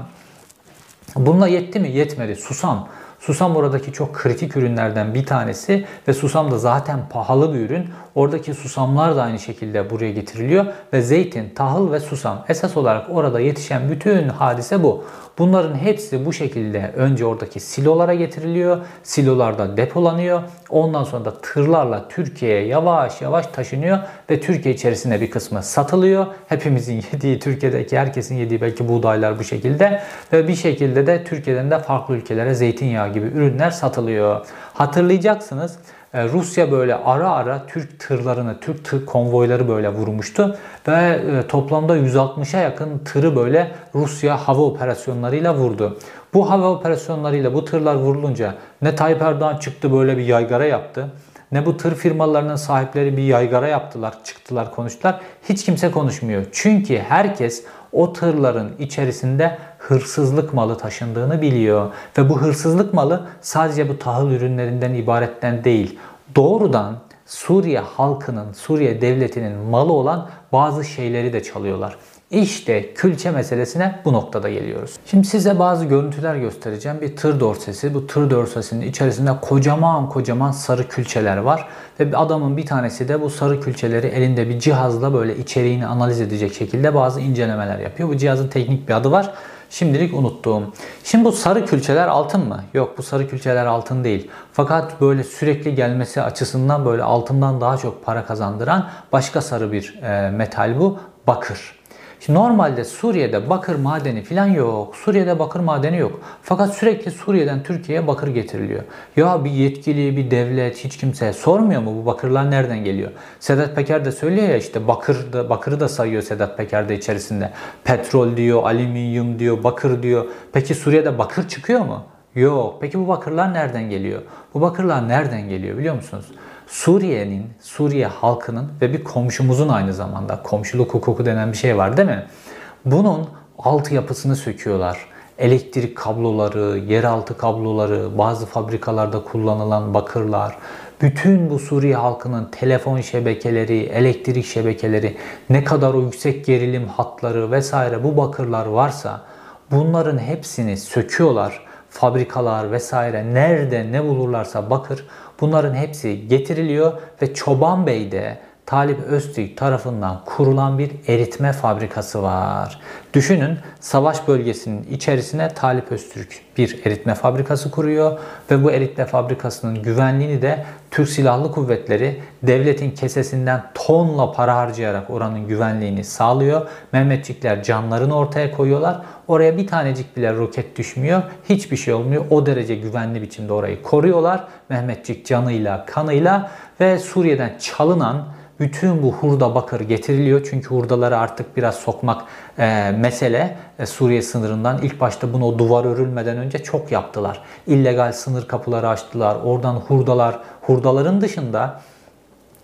Bununla yetti mi? Yetmedi. Susam. Susam oradaki çok kritik ürünlerden bir tanesi ve susam da zaten pahalı bir ürün. Oradaki susamlar da aynı şekilde buraya getiriliyor ve zeytin, tahıl ve susam, esas olarak orada yetişen bütün hadise bu. Bunların hepsi bu şekilde önce oradaki silolara getiriliyor. Silolarda depolanıyor. Ondan sonra da tırlarla Türkiye'ye yavaş yavaş taşınıyor ve Türkiye içerisinde bir kısmı satılıyor. Hepimizin yediği, Türkiye'deki herkesin yediği belki buğdaylar bu şekilde ve bir şekilde de Türkiye'den de farklı ülkelere zeytinyağı gibi ürünler satılıyor. Hatırlayacaksınız, Rusya böyle ara ara Türk tırlarını, Türk tır konvoyları böyle vurmuştu ve toplamda yüz altmışa yakın tırı böyle Rusya hava operasyonlarıyla vurdu. Bu hava operasyonlarıyla bu tırlar vurulunca ne Tayyip Erdoğan çıktı böyle bir yaygara yaptı, ne bu tır firmalarının sahipleri bir yaygara yaptılar, çıktılar, konuştular. Hiç kimse konuşmuyor. Çünkü herkes o tırların içerisinde hırsızlık malı taşındığını biliyor. Ve bu hırsızlık malı sadece bu tahıl ürünlerinden ibaretten değil, doğrudan Suriye halkının, Suriye devletinin malı olan bazı şeyleri de çalıyorlar. İşte külçe meselesine bu noktada geliyoruz. Şimdi size bazı görüntüler göstereceğim. Bir tır dorsesi. Bu tır dorsesinin içerisinde kocaman kocaman sarı külçeler var. Ve adamın bir tanesi de bu sarı külçeleri elinde bir cihazla böyle içeriğini analiz edecek şekilde bazı incelemeler yapıyor. Bu cihazın teknik bir adı var. Şimdilik unuttuğum. Şimdi bu sarı külçeler altın mı? Yok, bu sarı külçeler altın değil. Fakat böyle sürekli gelmesi açısından böyle altından daha çok para kazandıran başka sarı bir e, metal bu. Bakır. Şimdi normalde Suriye'de bakır madeni falan yok. Suriye'de bakır madeni yok. Fakat sürekli Suriye'den Türkiye'ye bakır getiriliyor. Ya bir yetkili, bir devlet, hiç kimse sormuyor mu bu bakırlar nereden geliyor? Sedat Peker de söylüyor ya, işte bakır da, bakırı da sayıyor Sedat Peker de içerisinde. Petrol diyor, alüminyum diyor, bakır diyor. Peki Suriye'de bakır çıkıyor mu? Yok. Peki bu bakırlar nereden geliyor? Bu bakırlar nereden geliyor biliyor musunuz? Suriye'nin, Suriye halkının ve bir komşumuzun aynı zamanda komşuluk hukuku denen bir şey var değil mi? Bunun altyapısını söküyorlar. Elektrik kabloları, yeraltı kabloları, bazı fabrikalarda kullanılan bakırlar, bütün bu Suriye halkının telefon şebekeleri, elektrik şebekeleri, ne kadar o yüksek gerilim hatları vesaire bu bakırlar varsa bunların hepsini söküyorlar. Fabrikalar vesaire nerede ne bulurlarsa bakır, bunların hepsi getiriliyor ve Çobanbey'de Talip Öztürk tarafından kurulan bir eritme fabrikası var. Düşünün, savaş bölgesinin içerisine Talip Öztürk bir eritme fabrikası kuruyor ve bu eritme fabrikasının güvenliğini de Türk Silahlı Kuvvetleri devletin kesesinden tonla para harcayarak oranın güvenliğini sağlıyor. Mehmetçikler canlarını ortaya koyuyorlar. Oraya bir tanecik bile roket düşmüyor. Hiçbir şey olmuyor. O derece güvenli biçimde orayı koruyorlar. Mehmetçik canıyla, kanıyla ve Suriye'den çalınan bütün bu hurda bakır getiriliyor. Çünkü hurdaları artık biraz sokmak e, mesele. E, Suriye sınırından ilk başta bunu o duvar örülmeden önce çok yaptılar. İllegal sınır kapıları açtılar. Oradan hurdalar, hurdaların dışında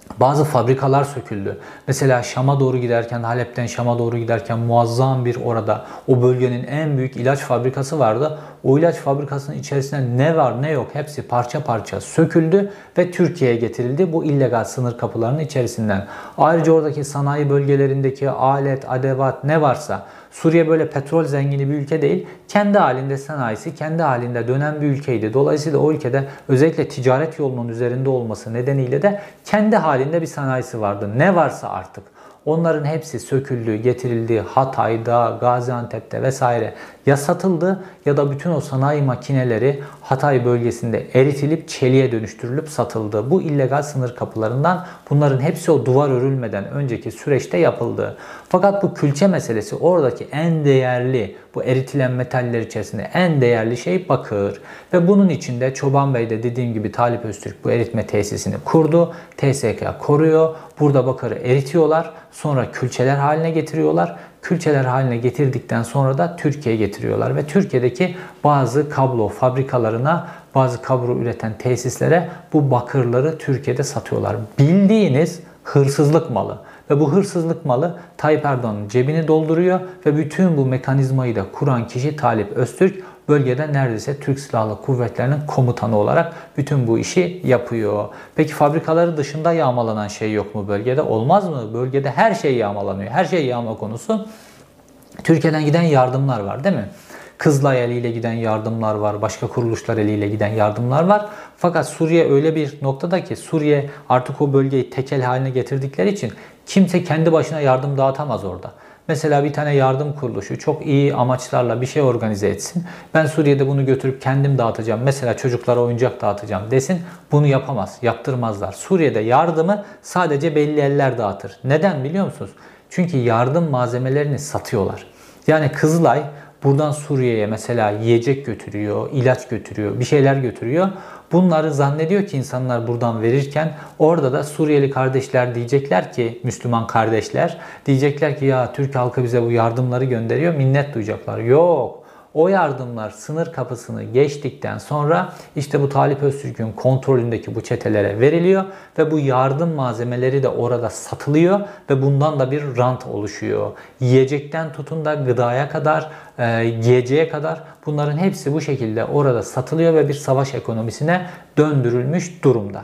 Bazı fabrikalar söküldü. Mesela Şam'a doğru giderken, Halep'ten Şam'a doğru giderken muazzam bir orada o bölgenin en büyük ilaç fabrikası vardı. O ilaç fabrikasının içerisinde ne var ne yok hepsi parça parça söküldü ve Türkiye'ye getirildi bu illegal sınır kapılarının içerisinden. Ayrıca oradaki sanayi bölgelerindeki alet, adevat ne varsa, Suriye böyle petrol zengini bir ülke değil. Kendi halinde sanayisi, kendi halinde dönen bir ülkeydi. Dolayısıyla o ülkede özellikle ticaret yolunun üzerinde olması nedeniyle de kendi halinde bir sanayisi vardı. Ne varsa artık. Onların hepsi söküldü, getirildi. Hatay'da, Gaziantep'te vesaire ya satıldı ya da bütün o sanayi makineleri Hatay bölgesinde eritilip çeliğe dönüştürülüp satıldı. Bu illegal sınır kapılarından bunların hepsi o duvar örülmeden önceki süreçte yapıldı. Fakat bu külçe meselesi oradaki en değerli, bu eritilen metaller içerisinde en değerli şey bakır. Ve bunun içinde Çoban Bey de dediğim gibi Talip Öztürk bu eritme tesisini kurdu. T S K koruyor. Burada bakırı eritiyorlar. Sonra külçeler haline getiriyorlar. Külçeler haline getirdikten sonra da Türkiye'ye getiriyorlar. Ve Türkiye'deki bazı kablo fabrikalarına, bazı kablo üreten tesislere bu bakırları Türkiye'de satıyorlar. Bildiğiniz hırsızlık malı. Ve bu hırsızlık malı Tayyip Erdoğan'ın cebini dolduruyor ve bütün bu mekanizmayı da kuran kişi Talip Öztürk bölgede neredeyse Türk Silahlı Kuvvetleri'nin komutanı olarak bütün bu işi yapıyor. Peki fabrikaları dışında yağmalanan şey yok mu bölgede? Olmaz mı? Bölgede her şey yağmalanıyor. Her şey yağma konusu. Türkiye'den giden yardımlar var değil mi? Kızılay eliyle giden yardımlar var, başka kuruluşlar eliyle giden yardımlar var. Fakat Suriye öyle bir noktada ki Suriye artık o bölgeyi tekel haline getirdikleri için kimse kendi başına yardım dağıtamaz orada. Mesela bir tane yardım kuruluşu çok iyi amaçlarla bir şey organize etsin. Ben Suriye'de bunu götürüp kendim dağıtacağım. Mesela çocuklara oyuncak dağıtacağım desin. Bunu yapamaz, yaptırmazlar. Suriye'de yardımı sadece belli eller dağıtır. Neden biliyor musunuz? Çünkü yardım malzemelerini satıyorlar. Yani Kızılay buradan Suriye'ye mesela yiyecek götürüyor, ilaç götürüyor, bir şeyler götürüyor. Bunları zannediyor ki insanlar buradan verirken orada da Suriyeli kardeşler diyecekler ki, Müslüman kardeşler diyecekler ki ya Türk halkı bize bu yardımları gönderiyor, minnet duyacaklar. Yok. O yardımlar sınır kapısını geçtikten sonra işte bu Talip Öztürk'ün kontrolündeki bu çetelere veriliyor ve bu yardım malzemeleri de orada satılıyor ve bundan da bir rant oluşuyor. Yiyecekten tutun da gıdaya kadar, e, giyeceğe kadar bunların hepsi bu şekilde orada satılıyor ve bir savaş ekonomisine döndürülmüş durumda.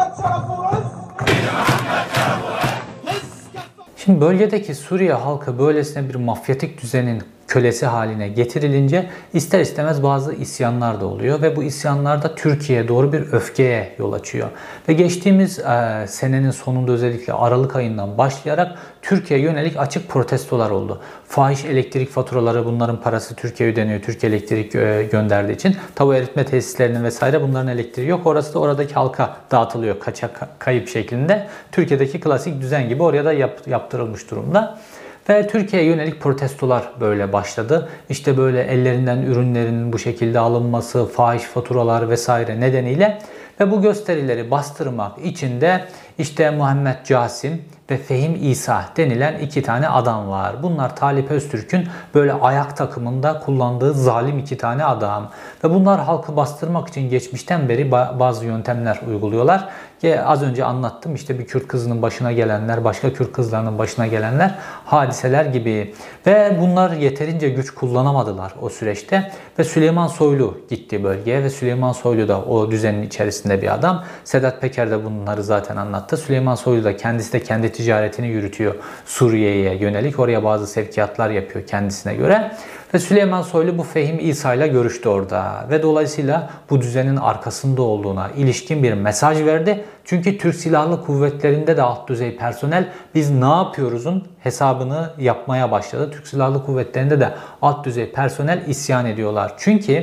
Şimdi bölgedeki Suriye halkı böylesine bir mafyatik düzenin kölesi haline getirilince ister istemez bazı isyanlar da oluyor ve bu isyanlar da Türkiye'ye doğru bir öfkeye yol açıyor. Ve geçtiğimiz e, senenin sonunda özellikle Aralık ayından başlayarak Türkiye'ye yönelik açık protestolar oldu. Fahiş elektrik faturaları, bunların parası Türkiye'ye ödeniyor. Türkiye elektrik e, gönderdiği için. Tabi eritme tesislerinin vesaire bunların elektriği yok. Orası da oradaki halka dağıtılıyor kaçak kayıp şeklinde. Türkiye'deki klasik düzen gibi oraya da yap, yaptırılmış durumda. Ve Türkiye'ye yönelik protestolar böyle başladı. İşte böyle ellerinden ürünlerin bu şekilde alınması, fahiş faturalar vesaire nedeniyle ve bu gösterileri bastırmak için de işte Muhammed Casim ve Fehim İsa denilen iki tane adam var. Bunlar Talip Öztürk'ün böyle ayak takımında kullandığı zalim iki tane adam. Ve bunlar halkı bastırmak için geçmişten beri bazı yöntemler uyguluyorlar. Ki az önce anlattım işte bir Kürt kızının başına gelenler, başka Kürt kızlarının başına gelenler hadiseler gibi. Ve bunlar yeterince güç kullanamadılar o süreçte. Ve Süleyman Soylu gitti bölgeye ve Süleyman Soylu da o düzenin içerisinde bir adam. Sedat Peker de bunları zaten anlattı. Süleyman Soylu da kendisi de kendi ticaretini yürütüyor Suriye'ye yönelik. Oraya bazı sevkiyatlar yapıyor kendisine göre. Ve Süleyman Soylu bu Fehim İsa ile görüştü orada. Ve dolayısıyla bu düzenin arkasında olduğuna ilişkin bir mesaj verdi. Çünkü Türk Silahlı Kuvvetleri'nde de alt düzey personel biz ne yapıyoruzun hesabını yapmaya başladı. Türk Silahlı Kuvvetleri'nde de alt düzey personel isyan ediyorlar. Çünkü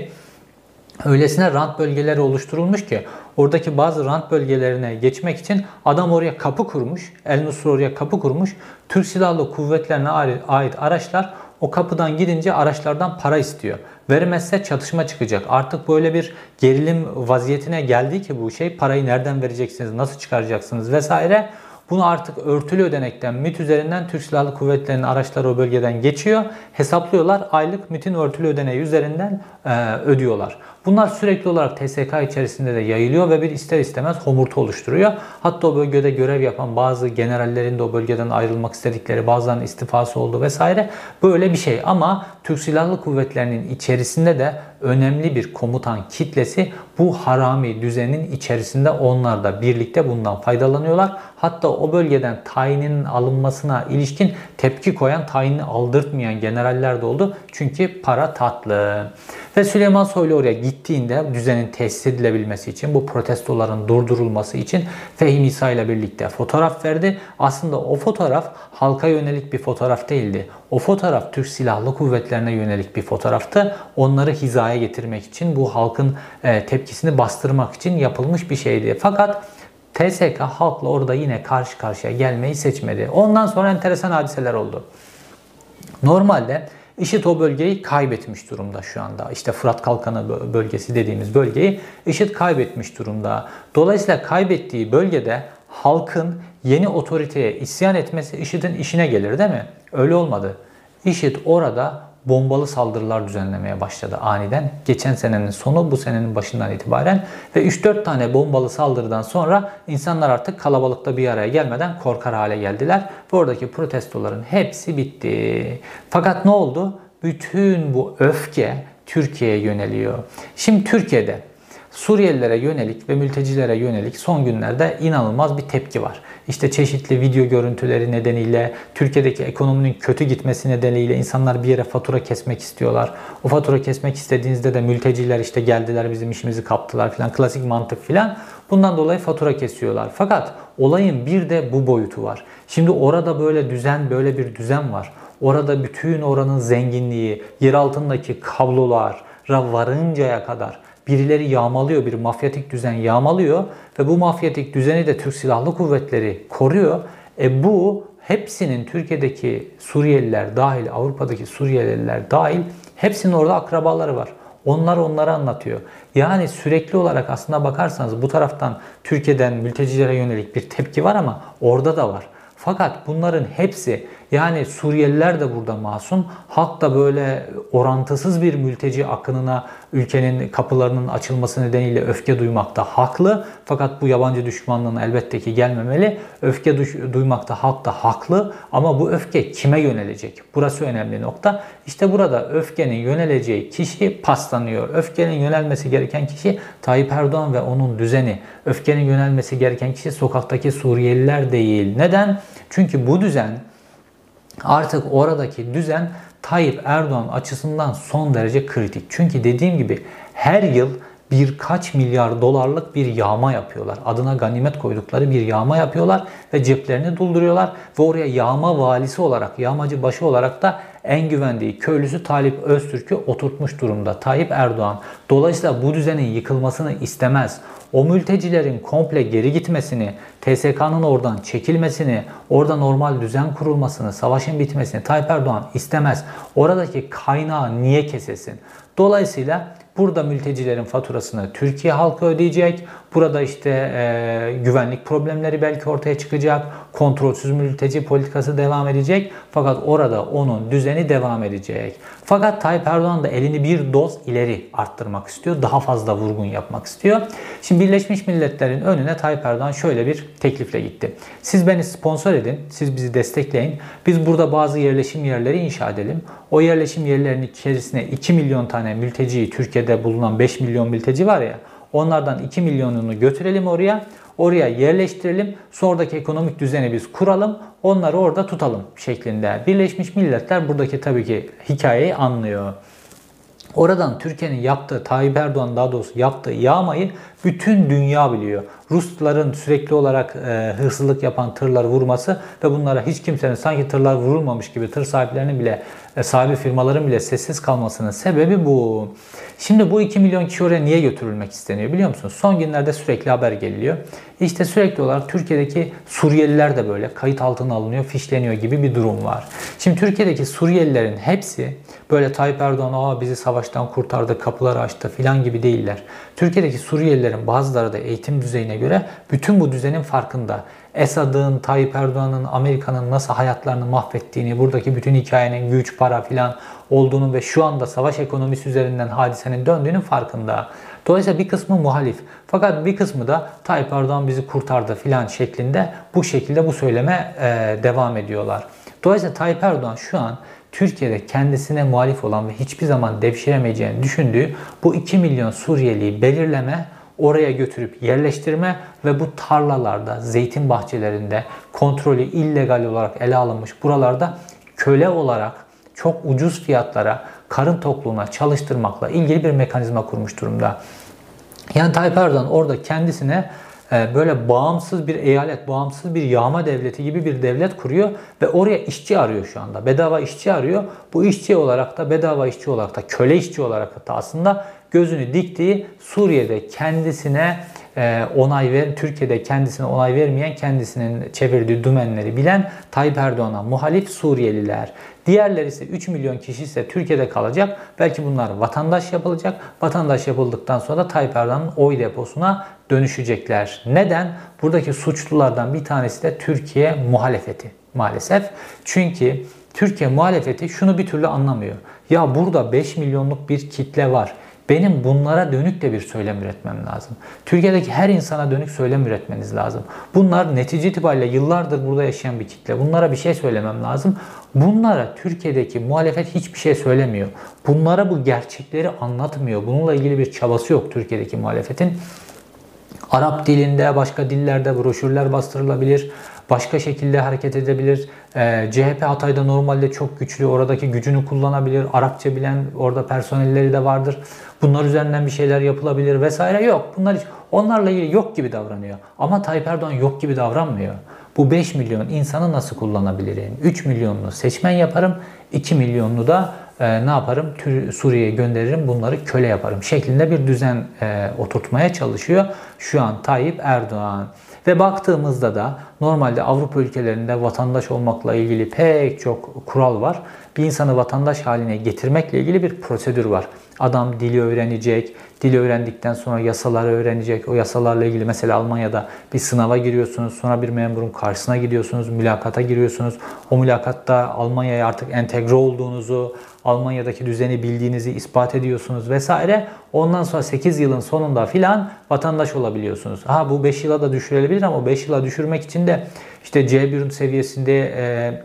öylesine rant bölgeleri oluşturulmuş ki oradaki bazı rant bölgelerine geçmek için adam oraya kapı kurmuş. El Nusra oraya kapı kurmuş. Türk Silahlı Kuvvetlerine ait araçlar o kapıdan gidince araçlardan para istiyor. Vermezse çatışma çıkacak. Artık böyle bir gerilim vaziyetine geldi ki bu şey. Parayı nereden vereceksiniz, nasıl çıkaracaksınız vesaire. Bunu artık örtülü ödenekten, MİT üzerinden Türk Silahlı Kuvvetleri'nin araçları o bölgeden geçiyor. Hesaplıyorlar. Aylık MİT'in örtülü ödeneği üzerinden e, ödüyorlar. Bunlar sürekli olarak T S K içerisinde de yayılıyor ve bir ister istemez homurtu oluşturuyor. Hatta o bölgede görev yapan bazı generallerin de o bölgeden ayrılmak istedikleri, bazılarının istifası oldu vesaire. Böyle bir şey ama Türk Silahlı Kuvvetleri'nin içerisinde de önemli bir komutan kitlesi bu harami düzenin içerisinde, onlar da birlikte bundan faydalanıyorlar. Hatta o bölgeden tayinin alınmasına ilişkin tepki koyan, tayini aldırtmayan generaller de oldu. Çünkü para tatlı. Ve Süleyman Soylu oraya gittiğinde düzenin tesis edilebilmesi için, bu protestoların durdurulması için Fehmi İsa ile birlikte fotoğraf verdi. Aslında o fotoğraf halka yönelik bir fotoğraf değildi. O fotoğraf Türk Silahlı Kuvvetlerine yönelik bir fotoğraftı. Onları hizaya getirmek için, bu halkın e, tepkisini bastırmak için yapılmış bir şeydi. Fakat T S K halkla orada yine karşı karşıya gelmeyi seçmedi. Ondan sonra enteresan hadiseler oldu. Normalde IŞİD o bölgeyi kaybetmiş durumda şu anda. İşte Fırat Kalkanı bölgesi dediğimiz bölgeyi IŞİD kaybetmiş durumda. Dolayısıyla kaybettiği bölgede halkın yeni otoriteye isyan etmesi IŞİD'in işine gelir değil mi? Öyle olmadı. IŞİD orada bombalı saldırılar düzenlemeye başladı aniden. Geçen senenin sonu, bu senenin başından itibaren ve üç dört tane bombalı saldırıdan sonra insanlar artık kalabalıkta bir araya gelmeden korkar hale geldiler. Ve oradaki protestoların hepsi bitti. Fakat ne oldu? Bütün bu öfke Türkiye'ye yöneliyor. Şimdi Türkiye'de Suriyelilere yönelik ve mültecilere yönelik son günlerde inanılmaz bir tepki var. İşte çeşitli video görüntüleri nedeniyle, Türkiye'deki ekonominin kötü gitmesi nedeniyle insanlar bir yere fatura kesmek istiyorlar. O fatura kesmek istediğinizde de mülteciler işte geldiler, bizim işimizi kaptılar filan, klasik mantık filan. Bundan dolayı fatura kesiyorlar. Fakat olayın bir de bu boyutu var. Şimdi orada böyle düzen, böyle bir düzen var. Orada bütün oranın zenginliği, yer altındaki kablolara varıncaya kadar birileri yağmalıyor, bir mafyatik düzen yağmalıyor ve bu mafyatik düzeni de Türk Silahlı Kuvvetleri koruyor. E bu hepsinin, Türkiye'deki Suriyeliler dahil, Avrupa'daki Suriyeliler dahil, hepsinin orada akrabaları var. Onlar onlara anlatıyor. Yani sürekli olarak aslına bakarsanız bu taraftan Türkiye'den mültecilere yönelik bir tepki var ama orada da var. Fakat bunların hepsi, yani Suriyeliler de burada masum, halk da böyle orantısız bir mülteci akınına, ülkenin kapılarının açılması nedeniyle öfke duymakta haklı. Fakat bu yabancı düşmanlığın elbette ki gelmemeli. Öfke duymakta halk da haklı ama bu öfke kime yönelecek? Burası önemli nokta. İşte burada öfkenin yöneleceği kişi paslanıyor. Öfkenin yönelmesi gereken kişi Tayyip Erdoğan ve onun düzeni. Öfkenin yönelmesi gereken kişi sokaktaki Suriyeliler değil. Neden? Çünkü bu düzen, artık oradaki düzen Tayyip Erdoğan açısından son derece kritik. Çünkü dediğim gibi her yıl birkaç milyar dolarlık bir yağma yapıyorlar. Adına ganimet koydukları bir yağma yapıyorlar ve ceplerini dolduruyorlar. Ve oraya yağma valisi olarak, yağmacı başı olarak da en güvendiği köylüsü Talip Öztürk'ü oturtmuş durumda Tayyip Erdoğan. Dolayısıyla bu düzenin yıkılmasını istemez. O mültecilerin komple geri gitmesini, T S K'nın oradan çekilmesini, orada normal düzen kurulmasını, savaşın bitmesini Tayyip Erdoğan istemez. Oradaki kaynağı niye kesesin? Dolayısıyla burada mültecilerin faturasını Türkiye halkı ödeyecek. Burada işte e, güvenlik problemleri belki ortaya çıkacak. Kontrolsüz mülteci politikası devam edecek. Fakat orada onun düzeni devam edecek. Fakat Tayyip Erdoğan da elini bir doz ileri arttırmak istiyor. Daha fazla vurgun yapmak istiyor. Şimdi Birleşmiş Milletler'in önüne Tayyip Erdoğan şöyle bir teklifle gitti. Siz beni sponsor edin, siz bizi destekleyin. Biz burada bazı yerleşim yerleri inşa edelim. O yerleşim yerlerinin içerisine iki milyon tane mülteciyi, Türkiye'de bulunan beş milyon mülteci var ya, onlardan iki milyonunu götürelim oraya. Oraya yerleştirelim. Sonraki ekonomik düzeni biz kuralım. Onları orada tutalım şeklinde. Birleşmiş Milletler buradaki tabii ki hikayeyi anlıyor. Oradan Türkiye'nin yaptığı, Tayyip Erdoğan daha doğrusu yaptığı yağmayı bütün dünya biliyor. Rusların sürekli olarak e, hırsızlık yapan tırları vurması ve bunlara hiç kimsenin sanki tırlar vurulmamış gibi tır sahiplerinin bile, e, sahibi firmaların bile sessiz kalmasının sebebi bu. Şimdi bu iki milyon kişi oraya niye götürülmek isteniyor biliyor musunuz? Son günlerde sürekli haber geliyor. İşte sürekli olarak Türkiye'deki Suriyeliler de böyle kayıt altına alınıyor, fişleniyor gibi bir durum var. Şimdi Türkiye'deki Suriyelilerin hepsi böyle Tayyip Erdoğan Aa, bizi savaştan kurtardı, kapıları açtı filan gibi değiller. Türkiye'deki Suriyelilerin bazıları da eğitim düzeyine göre bütün bu düzenin farkında. Esad'ın, Tayyip Erdoğan'ın, Amerika'nın nasıl hayatlarını mahvettiğini, buradaki bütün hikayenin güç, para filan olduğunu ve şu anda savaş ekonomisi üzerinden hadisenin döndüğünün farkında. Dolayısıyla bir kısmı muhalif. Fakat bir kısmı da Tayyip Erdoğan bizi kurtardı filan şeklinde bu şekilde bu söyleme e, devam ediyorlar. Dolayısıyla Tayyip Erdoğan şu an Türkiye'de kendisine muhalif olan ve hiçbir zaman devşiremeyeceğini düşündüğü bu iki milyon Suriyeliyi belirleme, oraya götürüp yerleştirme ve bu tarlalarda, zeytin bahçelerinde kontrolü illegal olarak ele alınmış buralarda köle olarak çok ucuz fiyatlara karın tokluğuna çalıştırmakla ilgili bir mekanizma kurmuş durumda. Yani Tayyip Erdoğan orada kendisine böyle bağımsız bir eyalet, bağımsız bir yağma devleti gibi bir devlet kuruyor ve oraya işçi arıyor şu anda. Bedava işçi arıyor. Bu işçi olarak da, bedava işçi olarak da, köle işçi olarak da aslında gözünü diktiği Suriye'de kendisine onay ver, Türkiye'de kendisine onay vermeyen, kendisinin çevirdiği dümenleri bilen Tayyip Erdoğan'a muhalif Suriyeliler. Diğerleri ise üç milyon kişi ise Türkiye'de kalacak. Belki bunlar vatandaş yapılacak. Vatandaş yapıldıktan sonra da Tayyip Erdoğan'ın oy deposuna dönüşecekler. Neden? Buradaki suçlulardan bir tanesi de Türkiye muhalefeti maalesef. Çünkü Türkiye muhalefeti şunu bir türlü anlamıyor. Ya burada beş milyonluk bir kitle var. Benim bunlara dönük de bir söylem üretmem lazım. Türkiye'deki her insana dönük söylem üretmeniz lazım. Bunlar netice itibariyle yıllardır burada yaşayan bir kitle. Bunlara bir şey söylemem lazım. Bunlara Türkiye'deki muhalefet hiçbir şey söylemiyor. Bunlara bu gerçekleri anlatmıyor. Bununla ilgili bir çabası yok Türkiye'deki muhalefetin. Arap dilinde, başka dillerde broşürler bastırılabilir. Başka şekilde hareket edebilir. Ee, C H P Hatay'da normalde çok güçlü. Oradaki gücünü kullanabilir. Arapça bilen orada personelleri de vardır. Bunlar üzerinden bir şeyler yapılabilir vesaire. Yok. Bunlar hiç, onlarla ilgili yok gibi davranıyor. Ama Tayyip Erdoğan yok gibi davranmıyor. Bu beş milyon insanı nasıl kullanabilirim? üç milyonunu seçmen yaparım. iki milyonunu da e, ne yaparım? Suriye'ye gönderirim. Bunları köle yaparım şeklinde bir düzen e, oturtmaya çalışıyor şu an Tayyip Erdoğan. Ve baktığımızda da normalde Avrupa ülkelerinde vatandaş olmakla ilgili pek çok kural var. Bir insanı vatandaş haline getirmekle ilgili bir prosedür var. Adam dili öğrenecek, dili öğrendikten sonra yasaları öğrenecek. O yasalarla ilgili mesela Almanya'da bir sınava giriyorsunuz, sonra bir memurun karşısına gidiyorsunuz, mülakata giriyorsunuz. O mülakatta Almanya'ya artık entegre olduğunuzu, Almanya'daki düzeni bildiğinizi ispat ediyorsunuz vesaire. Ondan sonra sekiz yılın sonunda filan vatandaş olabiliyorsunuz. Ha bu beş yıla da düşürülebilir ama beş yıla düşürmek için de işte C bir seviyesinde e,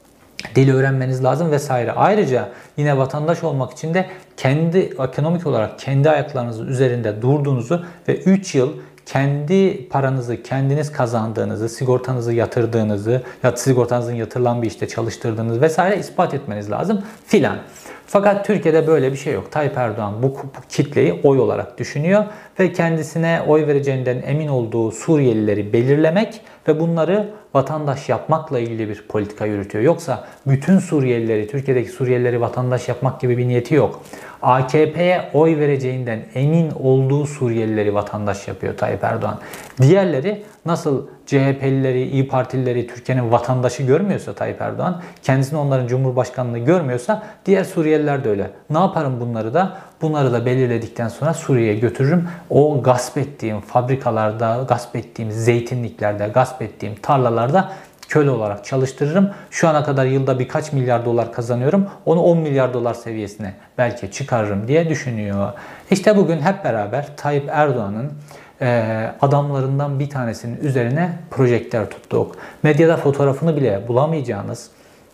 dil öğrenmeniz lazım vesaire. Ayrıca yine vatandaş olmak için de kendi ekonomik olarak kendi ayaklarınızın üzerinde durduğunuzu ve üç yıl kendi paranızı kendiniz kazandığınızı, sigortanızı yatırdığınızı, ya sigortanızın yatırılan bir işte çalıştırdığınız vesaire ispat etmeniz lazım filan. Fakat Türkiye'de böyle bir şey yok. Tayyip Erdoğan bu, bu kitleyi oy olarak düşünüyor ve kendisine oy vereceğinden emin olduğu Suriyelileri belirlemek ve bunları vatandaş yapmakla ilgili bir politika yürütüyor. Yoksa bütün Suriyelileri, Türkiye'deki Suriyelileri vatandaş yapmak gibi bir niyeti yok. A K P'ye oy vereceğinden emin olduğu Suriyelileri vatandaş yapıyor Tayyip Erdoğan. Diğerleri nasıl C H P'lileri, İYİ Partilileri Türkiye'nin vatandaşı görmüyorsa Tayyip Erdoğan, kendisini onların cumhurbaşkanlığı görmüyorsa diğer Suriyeliler de öyle. Ne yaparım bunları da? Bunları da belirledikten sonra Suriye'ye götürürüm. O gasp ettiğim fabrikalarda, gasp ettiğim zeytinliklerde, gasp ettiğim tarlalarda köle olarak çalıştırırım. Şu ana kadar yılda birkaç milyar dolar kazanıyorum. Onu on milyar dolar seviyesine belki çıkarırım diye düşünüyor. İşte bugün hep beraber Tayyip Erdoğan'ın adamlarından bir tanesinin üzerine projektör tuttuk. Medyada fotoğrafını bile bulamayacağınız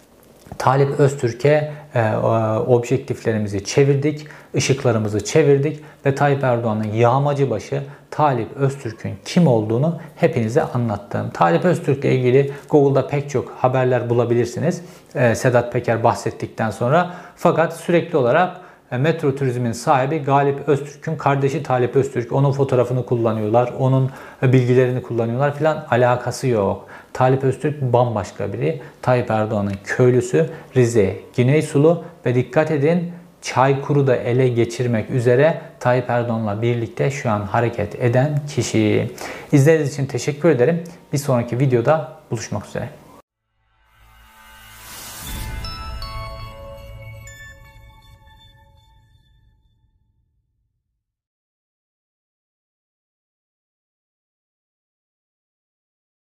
Talip Öztürk'e e, objektiflerimizi çevirdik, ışıklarımızı çevirdik ve Tayyip Erdoğan'ın yağmacı başı Talip Öztürk'ün kim olduğunu hepinize anlattım. Talip Öztürk'le ilgili Google'da pek çok haberler bulabilirsiniz. E, Sedat Peker bahsettikten sonra. Fakat sürekli olarak Metro Turizm'in sahibi Galip Öztürk'ün kardeşi Talip Öztürk. Onun fotoğrafını kullanıyorlar. Onun bilgilerini kullanıyorlar filan. Alakası yok. Talip Öztürk bambaşka biri. Tayyip Erdoğan'ın köylüsü. Rize, Gineysulu ve dikkat edin Çaykur'u da ele geçirmek üzere Tayyip Erdoğan'la birlikte şu an hareket eden kişi. İzlediğiniz için teşekkür ederim. Bir sonraki videoda buluşmak üzere.